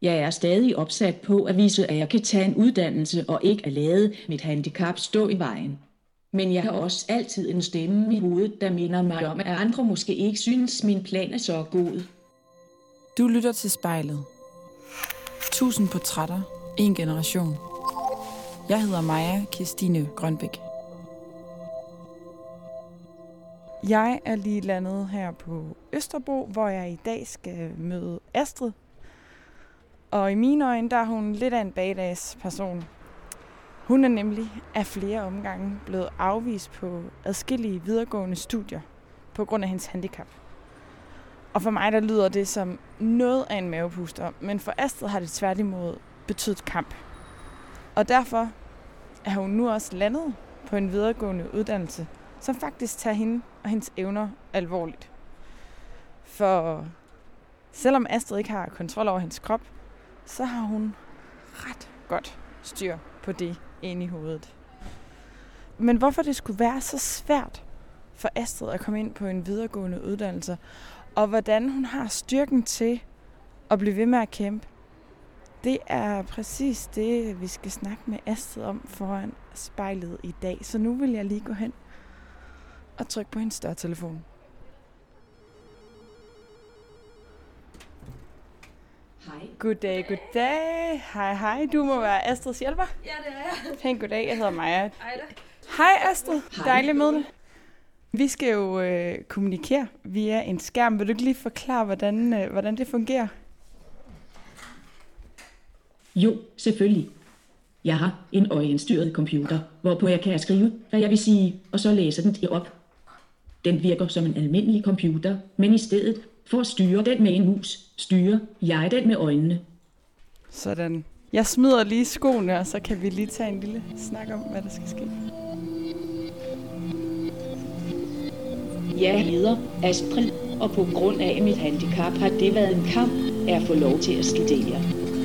Jeg er stadig opsat på at vise, at jeg kan tage en uddannelse og ikke at lade mit handicap stå i vejen. Men jeg har også altid en stemme i hovedet, der minder mig om, at andre måske ikke synes, min plan er så god. Du lytter til Spejlet. 1000 portrætter, en generation. Jeg hedder Maja Kirstine Grønbæk. Jeg er lige landet her på Østerbro, hvor jeg i dag skal møde Astrid. Og i mine øjne, der er hun lidt af en badass person. Hun er nemlig af flere omgange blevet afvist på adskillige videregående studier på grund af hendes handicap. Og for mig, der lyder det som noget af en mavepuster, men for Astrid har det tværtimod betydet kamp. Og derfor er hun nu også landet på en videregående uddannelse, som faktisk tager hende og hendes evner alvorligt. For selvom Astrid ikke har kontrol over hendes krop, så har hun ret godt styr på det inde i hovedet. Men hvorfor det skulle være så svært for Astrid at komme ind på en videregående uddannelse, og hvordan hun har styrken til at blive ved med at kæmpe, det er præcis det, vi skal snakke med Astrid om foran spejlet i dag. Så nu vil jeg lige gå hen og trykke på hendes dørtelefon. Hej. Goddag. Hej. Du må være Astrids hjælper. Ja, det er jeg. Pænt goddag, jeg hedder Maja. Hej da. Hej Astrid, Hej. dejligt med dig. Vi skal jo kommunikere via en skærm. Vil du ikke lige forklare, hvordan det fungerer? Jo, selvfølgelig. Jeg har en øjenstyret computer, hvorpå jeg kan skrive, hvad jeg vil sige, og så læser den det op. Den virker som en almindelig computer, men i stedet for at styre den med en mus, styrer jeg den med øjnene. Sådan. Jeg smider lige skoene, og så kan vi lige tage en lille snak om, hvad der skal ske. Jeg hedder Astrid, og på grund af mit handicap har det været en kamp at få lov til at studere.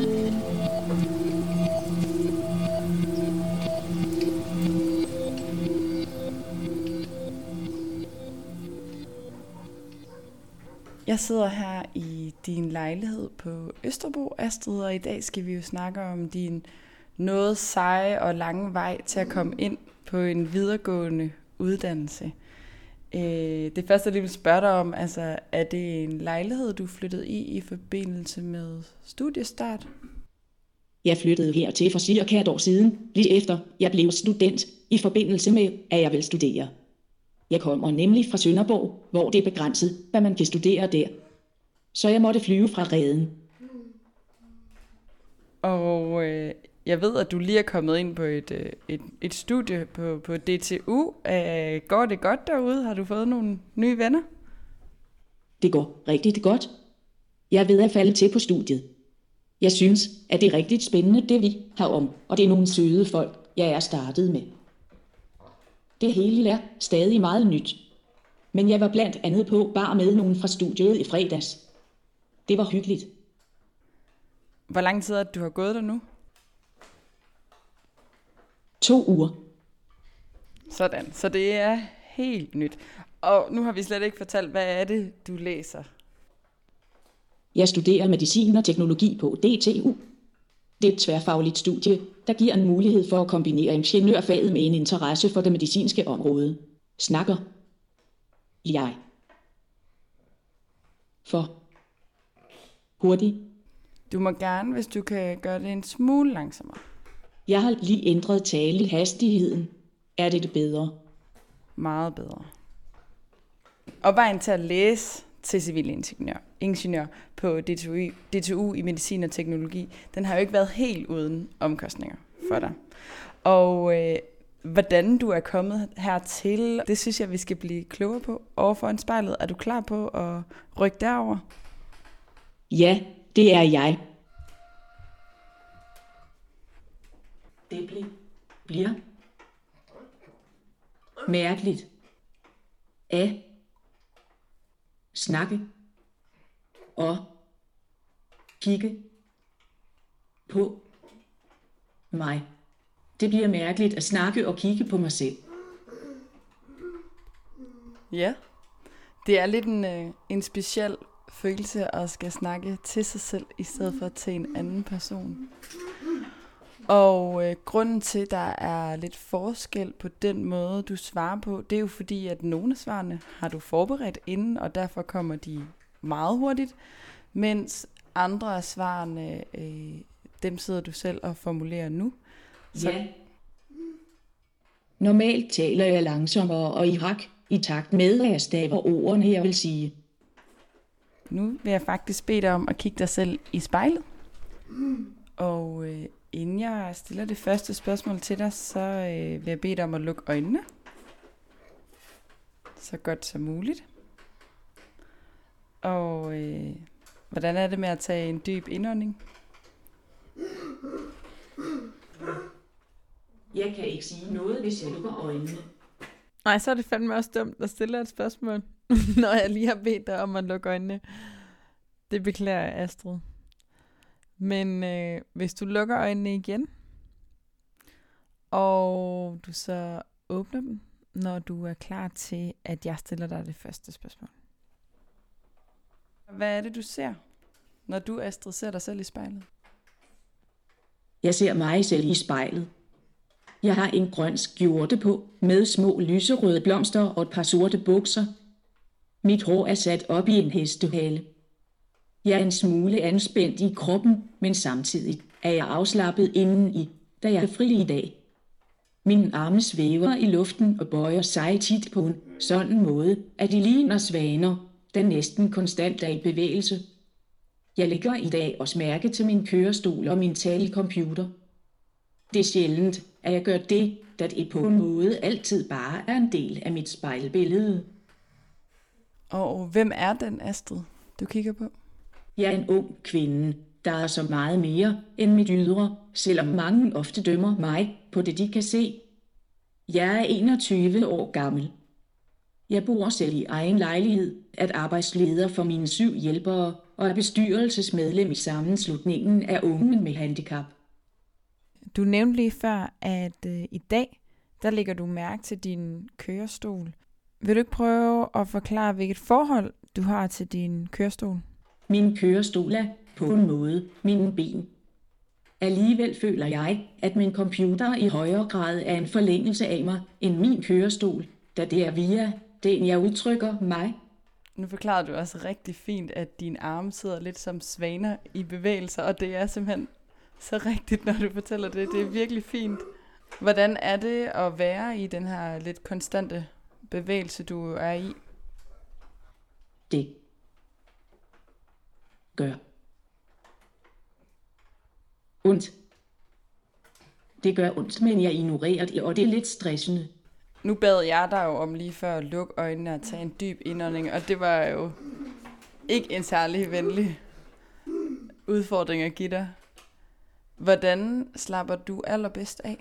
Jeg sidder her i din lejlighed på Østerbro, Astrid, og i dag skal vi jo snakke om din noget seje og lange vej til at komme ind på en videregående uddannelse. Det første, jeg lige vil spørge dig om, altså, er det en lejlighed, du flyttede i forbindelse med studiestart? Jeg flyttede hertil for cirka et år siden, lige efter jeg blev student, i forbindelse med, at jeg vil studere. Jeg kommer nemlig fra Sønderborg, hvor det er begrænset, hvad man kan studere der. Så jeg måtte flyve fra Reden. Og jeg ved, at du lige er kommet ind på et studie på DTU. Går det godt derude? Har du fået nogle nye venner? Det går rigtig godt. Jeg er ved at falde til på studiet. Jeg synes, at det er rigtig spændende, det vi har om, og det er nogle søde folk, jeg er startet med. Det hele er stadig meget nyt. Men jeg var blandt andet på bar med nogen fra studiet i fredags. Det var hyggeligt. Hvor lang tid er det, du har gået der nu? 2 uger. Sådan, så det er helt nyt. Og nu har vi slet ikke fortalt, hvad er det, du læser? Jeg studerer medicin og teknologi på DTU. Det er et tværfagligt studie, der giver en mulighed for at kombinere ingeniørfaget med en interesse for det medicinske område. Snakker jeg for hurtigt? Du må gerne, hvis du kan gøre det en smule langsommere. Jeg har lige ændret talehastigheden. Er det bedre? Meget bedre. Og vejen til at læse til civilingeniør på DTU i medicin og teknologi, den har jo ikke været helt uden omkostninger for dig. Og hvordan du er kommet hertil, det synes jeg, vi skal blive klogere på over foran spejlet. Er du klar på at rykke derover? Ja, det er jeg. Det bliver mærkeligt at snakke og kigge på mig. Det bliver mærkeligt at snakke og kigge på mig selv. Ja, det er lidt en speciel følelse at skal snakke til sig selv, i stedet for til en anden person. Og grunden til, at der er lidt forskel på den måde, du svarer på, det er jo fordi, at nogle af svarene har du forberedt inden, og derfor kommer de meget hurtigt, mens andre af svarene, dem sidder du selv og formulerer nu. Så Ja. Normalt taler jeg langsommere og i takt med, at jeg staver ordene, jeg vil sige. nu vil jeg faktisk bede dig om at kigge dig selv i spejlet. Og inden jeg stiller det første spørgsmål til dig, så vil jeg bede dig om at lukke øjnene. Så godt som muligt. Og hvordan er det med at tage en dyb indånding? Jeg kan ikke sige noget, hvis jeg lukker øjnene. Nej, så er det fandme også dumt at stille et spørgsmål, når jeg lige har bedt dig om at lukke øjnene. Det beklager jeg, Astrid. Men hvis du lukker øjnene igen, og du så åbner dem, når du er klar til, at jeg stiller dig det første spørgsmål. Hvad er det, du ser, når du, Astrid, ser dig selv i spejlet? Jeg ser mig selv i spejlet. Jeg har en grøn skjorte på, med små lyserøde blomster og et par sorte bukser. Mit hår er sat op i en hestehale. Jeg er en smule anspændt i kroppen, men samtidig er jeg afslappet indeni, da jeg er fri i dag. Mine arme svæver i luften og bøjer sig tit på en sådan måde, at de ligner svaner, der næsten konstant er i bevægelse. Jeg lægger i dag også mærke til min kørestol og min talecomputer. Det er sjældent, at jeg gør det, da det på en måde altid bare er en del af mit spejlbillede. Og hvem er den Astrid, du kigger på? Jeg er en ung kvinde, der er så meget mere end mit ydre, selvom mange ofte dømmer mig på det, de kan se. Jeg er 21 år gammel. Jeg bor selv i egen lejlighed, er arbejdsleder for mine 7 hjælpere og er bestyrelsesmedlem i sammenslutningen af unge med handicap. Du nævnte lige før, at i dag, der lægger du mærke til din kørestol. Vil du ikke prøve at forklare, hvilket forhold du har til din kørestol? Min kørestol er på en måde mine ben. Alligevel føler jeg, at min computer i højere grad er en forlængelse af mig end min kørestol, da det er via den, jeg udtrykker mig. Nu forklarer du også rigtig fint, at dine arme sidder lidt som svaner i bevægelser, og det er simpelthen så rigtigt, når du fortæller det. Det er virkelig fint. Hvordan er det at være i den her lidt konstante bevægelse, du er i? Det gør ondt. Det gør ondt, men jeg ignorerer det, og det er lidt stressende. Nu bad jeg dig jo om lige før at lukke øjnene og tage en dyb indånding, og det var jo ikke en særlig venlig udfordring at give dig. Hvordan slapper du allerbedst af?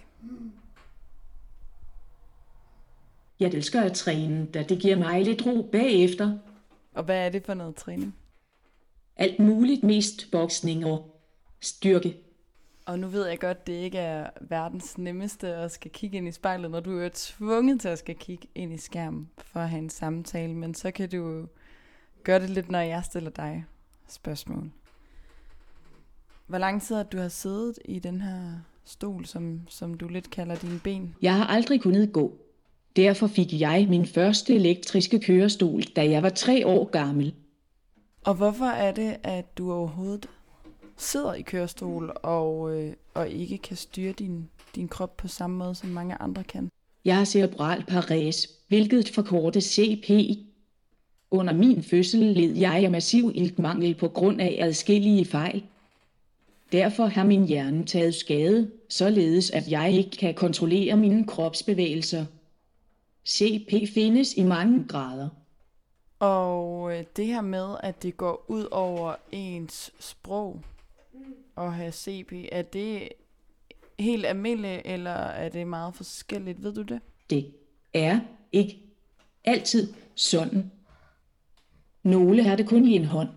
Jeg elsker at træne, da det giver mig lidt ro bagefter. Og hvad er det for noget træning? Alt muligt, mest boksning og styrke. Og nu ved jeg godt, det ikke er verdens nemmeste at skal kigge ind i spejlet, når du er tvunget til at skal kigge ind i skærmen for at have en samtale. Men så kan du gøre det lidt, når jeg stiller dig spørgsmål. Hvor lang tid har du har siddet i den her stol, som du lidt kalder dine ben? Jeg har aldrig kunnet gå. Derfor fik jeg min første elektriske kørestol, da jeg var 3 år gammel. Og hvorfor er det, at du overhovedet sidder i kørestol og ikke kan styre din krop på samme måde, som mange andre kan? Jeg har cerebral parese, hvilket forkortes CP. Under min fødsel led jeg af massiv iltmangel på grund af adskillige fejl. Derfor har min hjerne taget skade, således at jeg ikke kan kontrollere mine kropsbevægelser. CP findes i mange grader. Og det her med, at det går ud over ens sprog at have CP, er det helt almindeligt, eller er det meget forskelligt? Ved du det? Det er ikke altid sådan. Nogle har det kun i en hånd.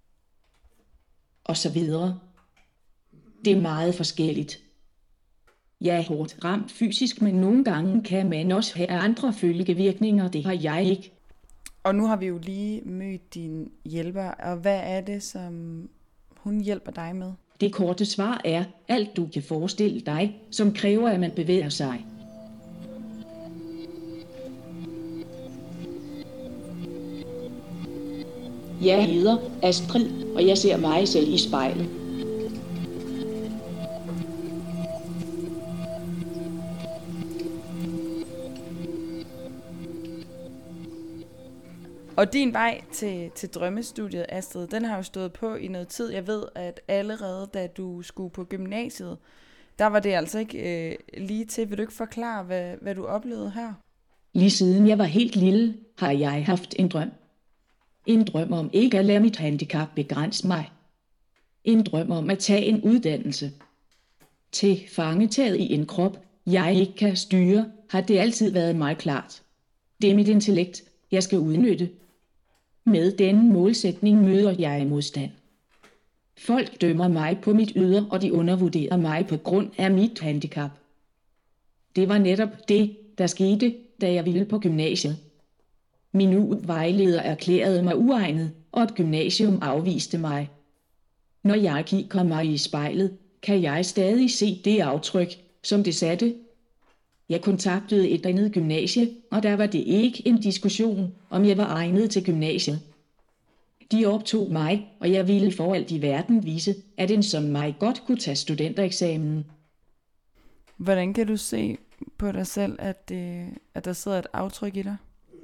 Og så videre. Det er meget forskelligt. Jeg er hårdt ramt fysisk, men nogle gange kan man også have andre følgevirkninger. Det har jeg ikke. Og nu har vi jo lige mødt din hjælper, og hvad er det, som hun hjælper dig med? Det korte svar er alt du kan forestille dig, som kræver at man bevæger sig. Jeg hedder Astrid, og jeg ser mig selv i spejlet. Og din vej til drømmestudiet, Astrid, den har jo stået på i noget tid. Jeg ved, at allerede da du skulle på gymnasiet, der var det altså ikke lige til. Vil du ikke forklare, hvad du oplevede her? Lige siden jeg var helt lille, har jeg haft en drøm. En drøm om ikke at lade mit handicap begrænse mig. En drøm om at tage en uddannelse. Tilfangetaget i en krop, jeg ikke kan styre, har det altid været meget klart. Det er mit intellekt, jeg skal udnytte. Med denne målsætning møder jeg modstand. Folk dømmer mig på mit ydre, og de undervurderer mig på grund af mit handicap. Det var netop det, der skete, da jeg ville på gymnasiet. Min vejleder erklærede mig uegnet, og et gymnasium afviste mig. Når jeg kigger mig i spejlet, kan jeg stadig se det aftryk, som det satte. Jeg kontaktede et andet gymnasie, og der var det ikke en diskussion, om jeg var egnet til gymnasiet. De optog mig, og jeg ville for alt i verden vise, at en som mig godt kunne tage studentereksamen. Hvordan kan du se på dig selv, at der sidder et aftryk i dig?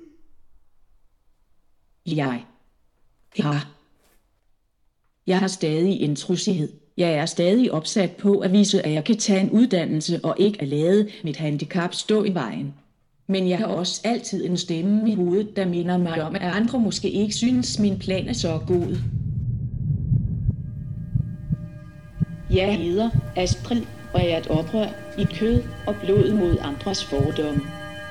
Jeg har stadig intrusighed. Jeg er stadig opsat på at vise, at jeg kan tage en uddannelse og ikke at lade mit handicap stå i vejen. Men jeg har også altid en stemme i hovedet, der minder mig om, at andre måske ikke synes, min plan er så god. Jeg hedder Astrid, og jeg er et oprør i kød og blod mod andres fordomme.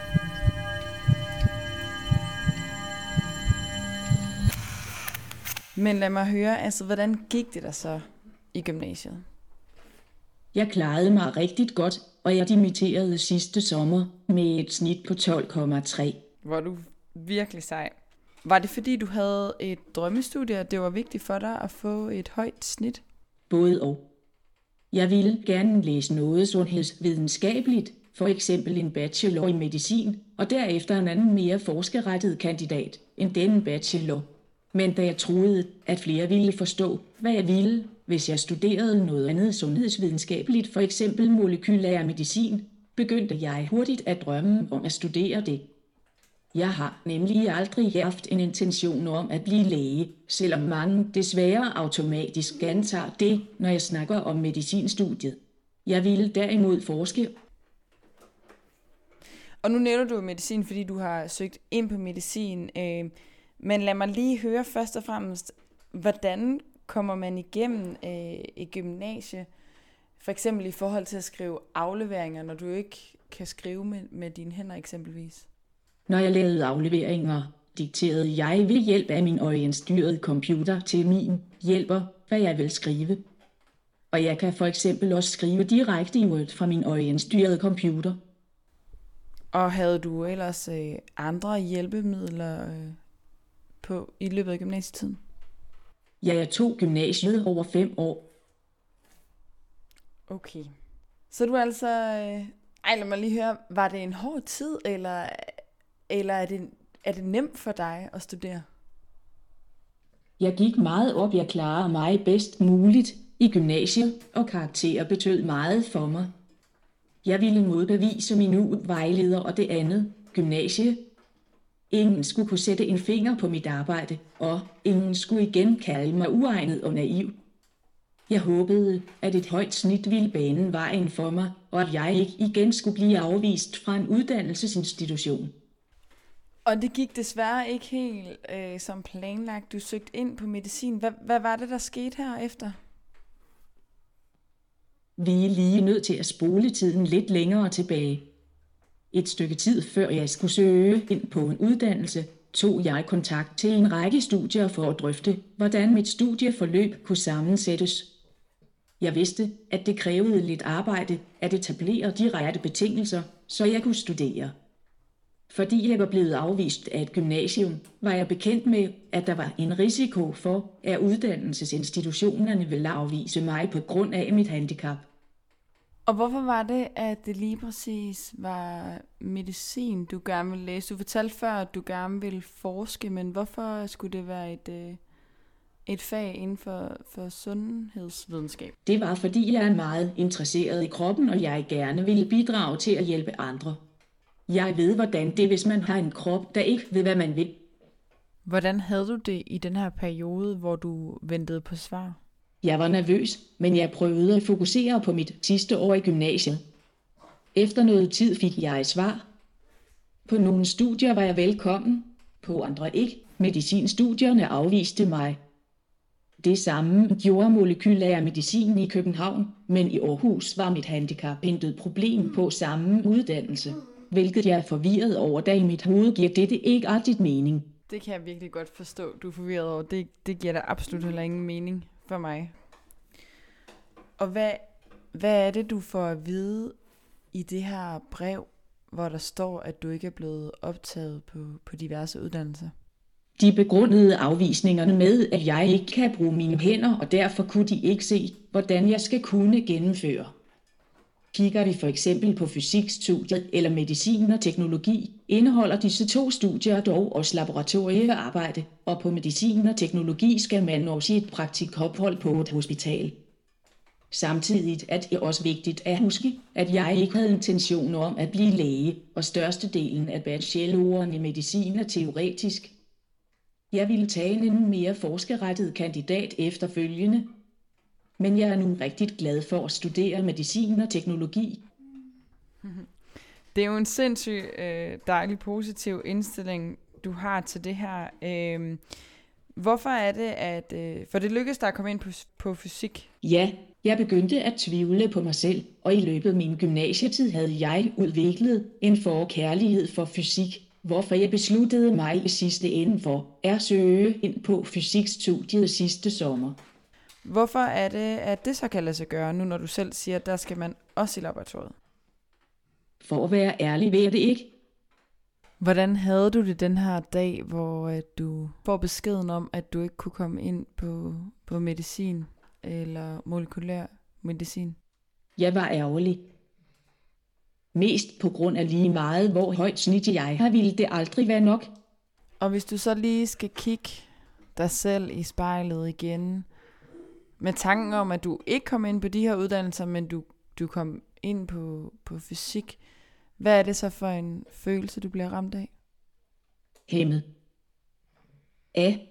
Men lad mig høre, altså, hvordan gik det der så i gymnasiet? Jeg klarede mig rigtig godt, og jeg dimitterede sidste sommer med et snit på 12,3. Var du virkelig sej. Var det fordi, du havde et drømmestudie, og det var vigtigt for dig at få et højt snit? Både og. Jeg ville gerne læse noget sundhedsvidenskabeligt, for eksempel en bachelor i medicin, og derefter en anden mere forskerrettet kandidat end denne bachelor. Men da jeg troede, at flere ville forstå, hvad jeg ville, hvis jeg studerede noget andet sundhedsvidenskabeligt, for eksempel molekylær medicin, begyndte jeg hurtigt at drømme om at studere det. Jeg har nemlig aldrig haft en intention om at blive læge, selvom mange desværre automatisk antager det, når jeg snakker om medicinstudiet. Jeg ville derimod forske. Og nu nævner du medicin, fordi du har søgt ind på medicin. Men lad mig lige høre først og fremmest, hvordan kommer man igennem et gymnasie, for eksempel i forhold til at skrive afleveringer, når du ikke kan skrive med dine hænder eksempelvis? Når jeg lavede afleveringer, dikterede jeg ved hjælp af min orientstyrede computer til min hjælper, hvad jeg vil skrive. Og jeg kan for eksempel også skrive direkte i Word fra min orientstyrede computer. Og havde du ellers andre hjælpemidler på i løbet af gymnasietiden? Ja, jeg tog gymnasiet over 5 år. Okay. Så du altså... lad mig lige høre, var det en hård tid, eller er det nemt for dig at studere? Jeg gik meget op, jeg klarer mig bedst muligt i gymnasiet, og karakterer betød meget for mig. Jeg ville modbevise min vejleder og det andet gymnasie. Ingen skulle kunne sætte en finger på mit arbejde, og ingen skulle igen kalde mig uegnet og naiv. Jeg håbede, at et højt snit ville bane vejen for mig, og at jeg ikke igen skulle blive afvist fra en uddannelsesinstitution. Og det gik desværre ikke helt som planlagt. Du søgte ind på medicin. Hvad var det, der skete herefter? Vi er lige nødt til at spole tiden lidt længere tilbage. Et stykke tid før jeg skulle søge ind på en uddannelse, tog jeg kontakt til en række studier for at drøfte, hvordan mit studieforløb kunne sammensættes. Jeg vidste, at det krævede lidt arbejde at etablere de rette betingelser, så jeg kunne studere. Fordi jeg var blevet afvist af et gymnasium, var jeg bekendt med, at der var en risiko for, at uddannelsesinstitutionerne ville afvise mig på grund af mit handicap. Og hvorfor var det, at det lige præcis var medicin, du gerne ville læse? Du fortalte før, at du gerne ville forske, men hvorfor skulle det være et fag inden for sundhedsvidenskab? Det var, fordi jeg er meget interesseret i kroppen, og jeg gerne ville bidrage til at hjælpe andre. Jeg ved, hvordan det er, hvis man har en krop, der ikke ved, hvad man vil. Hvordan havde du det i den her periode, hvor du ventede på svar? Jeg var nervøs, men jeg prøvede at fokusere på mit sidste år i gymnasiet. Efter noget tid fik jeg et svar. På nogle studier var jeg velkommen, på andre ikke. Medicinstudierne afviste mig. Det samme gjorde molekylær medicin i København, men i Aarhus var mit handicap intet problem på samme uddannelse, hvilket jeg er forvirret over, da i mit hoved giver dette ikke rigtigt mening. Det kan jeg virkelig godt forstå, du er forvirret over. Det giver da absolut heller ingen mening for mig. Og hvad er det, du får at vide i det her brev, hvor der står, at du ikke er blevet optaget på diverse uddannelser? De begrundede afvisningerne med, at jeg ikke kan bruge mine hænder, og derfor kunne de ikke se, hvordan jeg skal kunne gennemføre. Kigger vi for eksempel på fysikstudiet eller medicin og teknologi, indeholder disse to studier dog også laboratoriearbejde, og på medicin og teknologi skal man også i et praktikophold på et hospital. Samtidig er det også vigtigt at huske, at jeg ikke havde intention om at blive læge, og størstedelen af bacheloren i medicin er teoretisk. Jeg ville tage en mere forskerrettet kandidat efterfølgende, men jeg er nu rigtig glad for at studere medicin og teknologi. Det er jo en sindssygt dejlig positiv indstilling, du har til det her. Hvorfor er det, at... for det lykkedes dig at komme ind på fysik? Ja, jeg begyndte at tvivle på mig selv, og i løbet af min gymnasietid havde jeg udviklet en forkærlighed for fysik, hvorfor jeg besluttede mig i sidste ende for at søge ind på fysikstudiet sidste sommer. Hvorfor er det, at det så kan lade sig gøre, nu når du selv siger, at der skal man også i laboratoriet? For at være ærlig ved jeg det ikke. Hvordan havde du det den her dag, hvor du får beskeden om, at du ikke kunne komme ind på medicin eller molekylær medicin? Jeg var ærgerlig. Mest på grund af lige meget, hvor højt snit jeg har, ville det aldrig være nok. Og hvis du så lige skal kigge dig selv i spejlet igen, med tanken om, at du ikke kom ind på de her uddannelser, men du kom ind på fysik, hvad er det så for en følelse, du bliver ramt af? Hæmmet. Af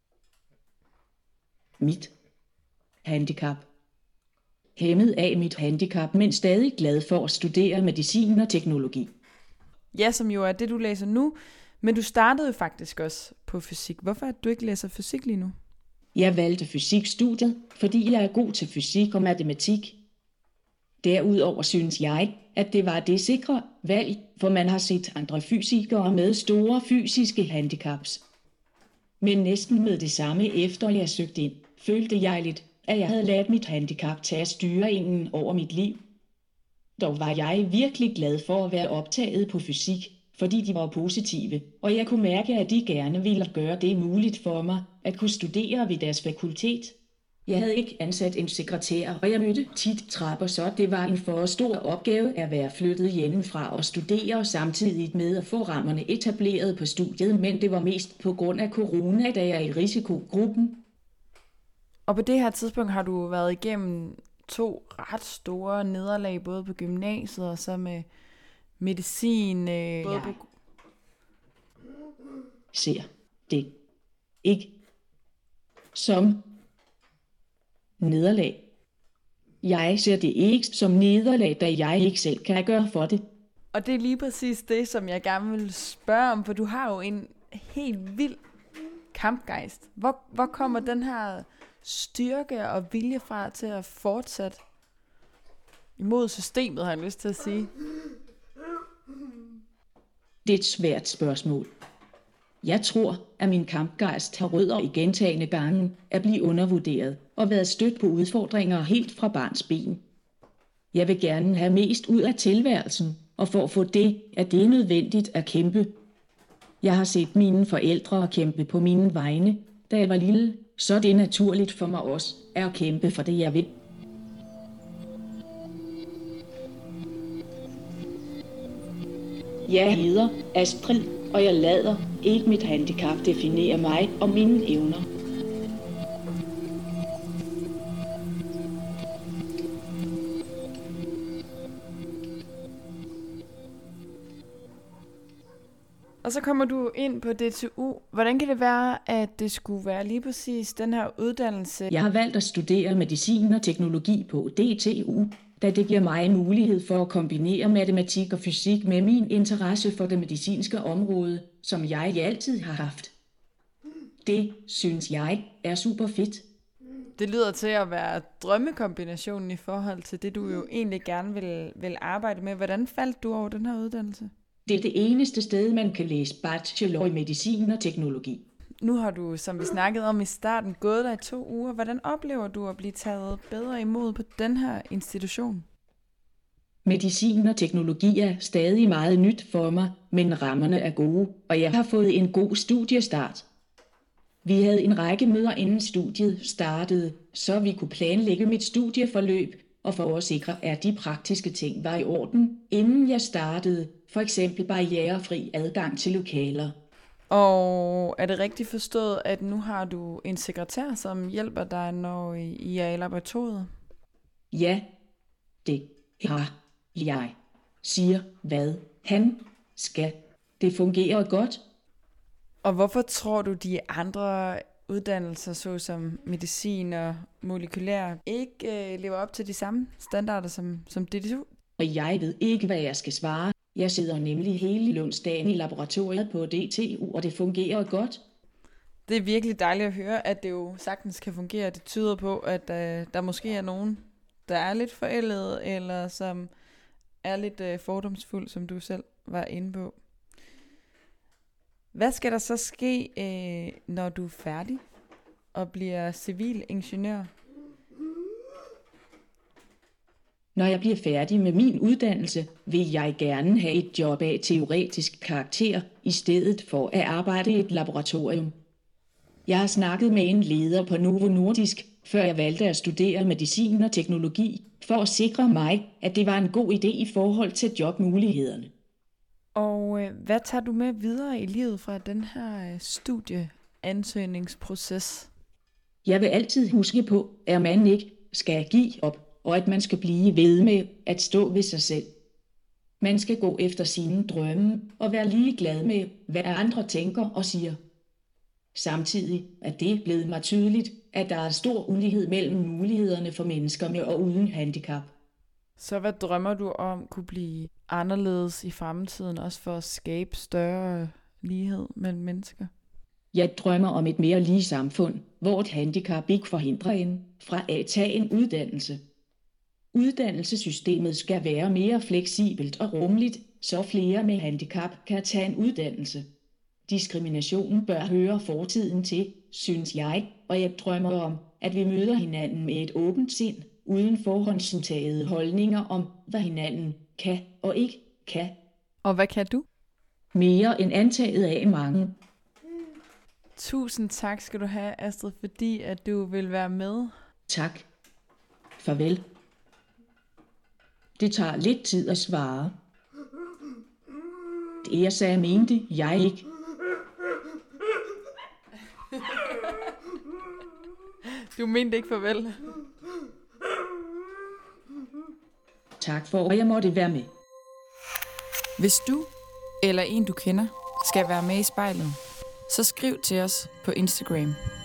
mit handicap. Hæmmet af mit handicap, men stadig glad for at studere medicin og teknologi. Ja, som jo er det, du læser nu, men du startede jo faktisk også på fysik. Hvorfor er du ikke læser fysik lige nu? Jeg valgte fysikstudiet, fordi jeg er god til fysik og matematik. Derudover synes jeg, at det var det sikre valg, for man har set andre fysikere med store fysiske handicaps. Men næsten med det samme efter jeg søgte ind, følte jeg lidt, at jeg havde ladet mit handicap tage styringen over mit liv. Dog var jeg virkelig glad for at være optaget på fysik, fordi de var positive, og jeg kunne mærke, at de gerne ville gøre det muligt for mig at kunne studere ved deres fakultet. Jeg havde ikke ansat en sekretær, og jeg mødte tit trapper, så det var en for stor opgave at være flyttet hjemmefra og studere samtidig med at få rammerne etableret på studiet, men det var mest på grund af corona, da jeg er i risikogruppen. Og på det her tidspunkt har du været igennem 2 ret store nederlag, både på gymnasiet og så med medicin. Ser det ikke som nederlag. Jeg ser det ikke som nederlag, da jeg ikke selv kan gøre for det. Og det er lige præcis det, som jeg gerne vil spørge om, for du har jo en helt vild kampgejst. Hvor kommer den her styrke og vilje fra til at fortsætte imod systemet, har jeg lyst til at sige? Det er et svært spørgsmål. Jeg tror, at min kampgejst har rødder i gentagne gange at blive undervurderet og været stødt på udfordringer helt fra barns ben. Jeg vil gerne have mest ud af tilværelsen og for at få det, er det nødvendigt at kæmpe. Jeg har set mine forældre kæmpe på mine vegne, da jeg var lille, så det er naturligt for mig også at kæmpe for det, jeg vil. Jeg hedder Astrid, og jeg lader ikke mit handicap definere mig og mine evner. Og så kommer du ind på DTU. Hvordan kan det være, at det skulle være lige præcis den her uddannelse? Jeg har valgt at studere medicin og teknologi på DTU, da det giver mig mulighed for at kombinere matematik og fysik med min interesse for det medicinske område, som jeg altid har haft. Det synes jeg er super fedt. Det lyder til at være drømmekombinationen i forhold til det, du jo egentlig gerne vil arbejde med. Hvordan faldt du over den her uddannelse? Det er det eneste sted, man kan læse bachelor i medicin og teknologi. Nu har du, som vi snakkede om i starten, gået der i 2 uger. Hvordan oplever du at blive taget bedre imod på den her institution? Medicin og teknologi er stadig meget nyt for mig, men rammerne er gode, og jeg har fået en god studiestart. Vi havde en række møder inden studiet startede, så vi kunne planlægge mit studieforløb, og for at sikre, at de praktiske ting var i orden, inden jeg startede, for eksempel barrierefri adgang til lokaler. Og er det rigtigt forstået, at nu har du en sekretær, som hjælper dig, når I er i laboratoriet? Ja, det har jeg. Siger, hvad han skal. Det fungerer godt. Og hvorfor tror du, de andre uddannelser, såsom medicin og molekylær, ikke lever op til de samme standarder som DTU? Og jeg ved ikke, hvad jeg skal svare. Jeg sidder nemlig hele lundsdagen i laboratoriet på DTU, og det fungerer godt. Det er virkelig dejligt at høre, at det jo sagtens kan fungere. Det tyder på, at der måske er nogen, der er lidt forældet, eller som er lidt fordomsfuld, som du selv var inde på. Hvad skal der så ske, når du er færdig og bliver civilingeniør? Når jeg bliver færdig med min uddannelse, vil jeg gerne have et job af teoretisk karakter, i stedet for at arbejde i et laboratorium. Jeg har snakket med en leder på Novo Nordisk, før jeg valgte at studere medicin og teknologi, for at sikre mig, at det var en god idé i forhold til jobmulighederne. Og hvad tager du med videre i livet fra den her studieansøgningsproces? Jeg vil altid huske på, at man ikke skal give op, og at man skal blive ved med at stå ved sig selv. Man skal gå efter sine drømme og være ligeglad med, hvad andre tænker og siger. Samtidig er det blevet mig tydeligt, at der er stor ulighed mellem mulighederne for mennesker med og uden handicap. Så hvad drømmer du om kunne blive anderledes i fremtiden, også for at skabe større lighed mellem mennesker? Jeg drømmer om et mere lige samfund, hvor et handicap ikke forhindrer en fra at tage en uddannelse. Uddannelsessystemet skal være mere fleksibelt og rummeligt, så flere med handicap kan tage en uddannelse. Diskriminationen bør høre fortiden til, synes jeg, og jeg drømmer om, at vi møder hinanden med et åbent sind, uden forhåndsindtagede holdninger om, hvad hinanden kan og ikke kan. Og hvad kan du? Mere end antaget af mange. Tusind tak skal du have, Astrid, fordi at du vil være med. Tak. Farvel. Det tager lidt tid at svare. Det jeg sagde, mente jeg ikke. Du mente ikke farvel. Tak for, at jeg måtte være med. Hvis du eller en du kender skal være med i spejlet, så skriv til os på Instagram.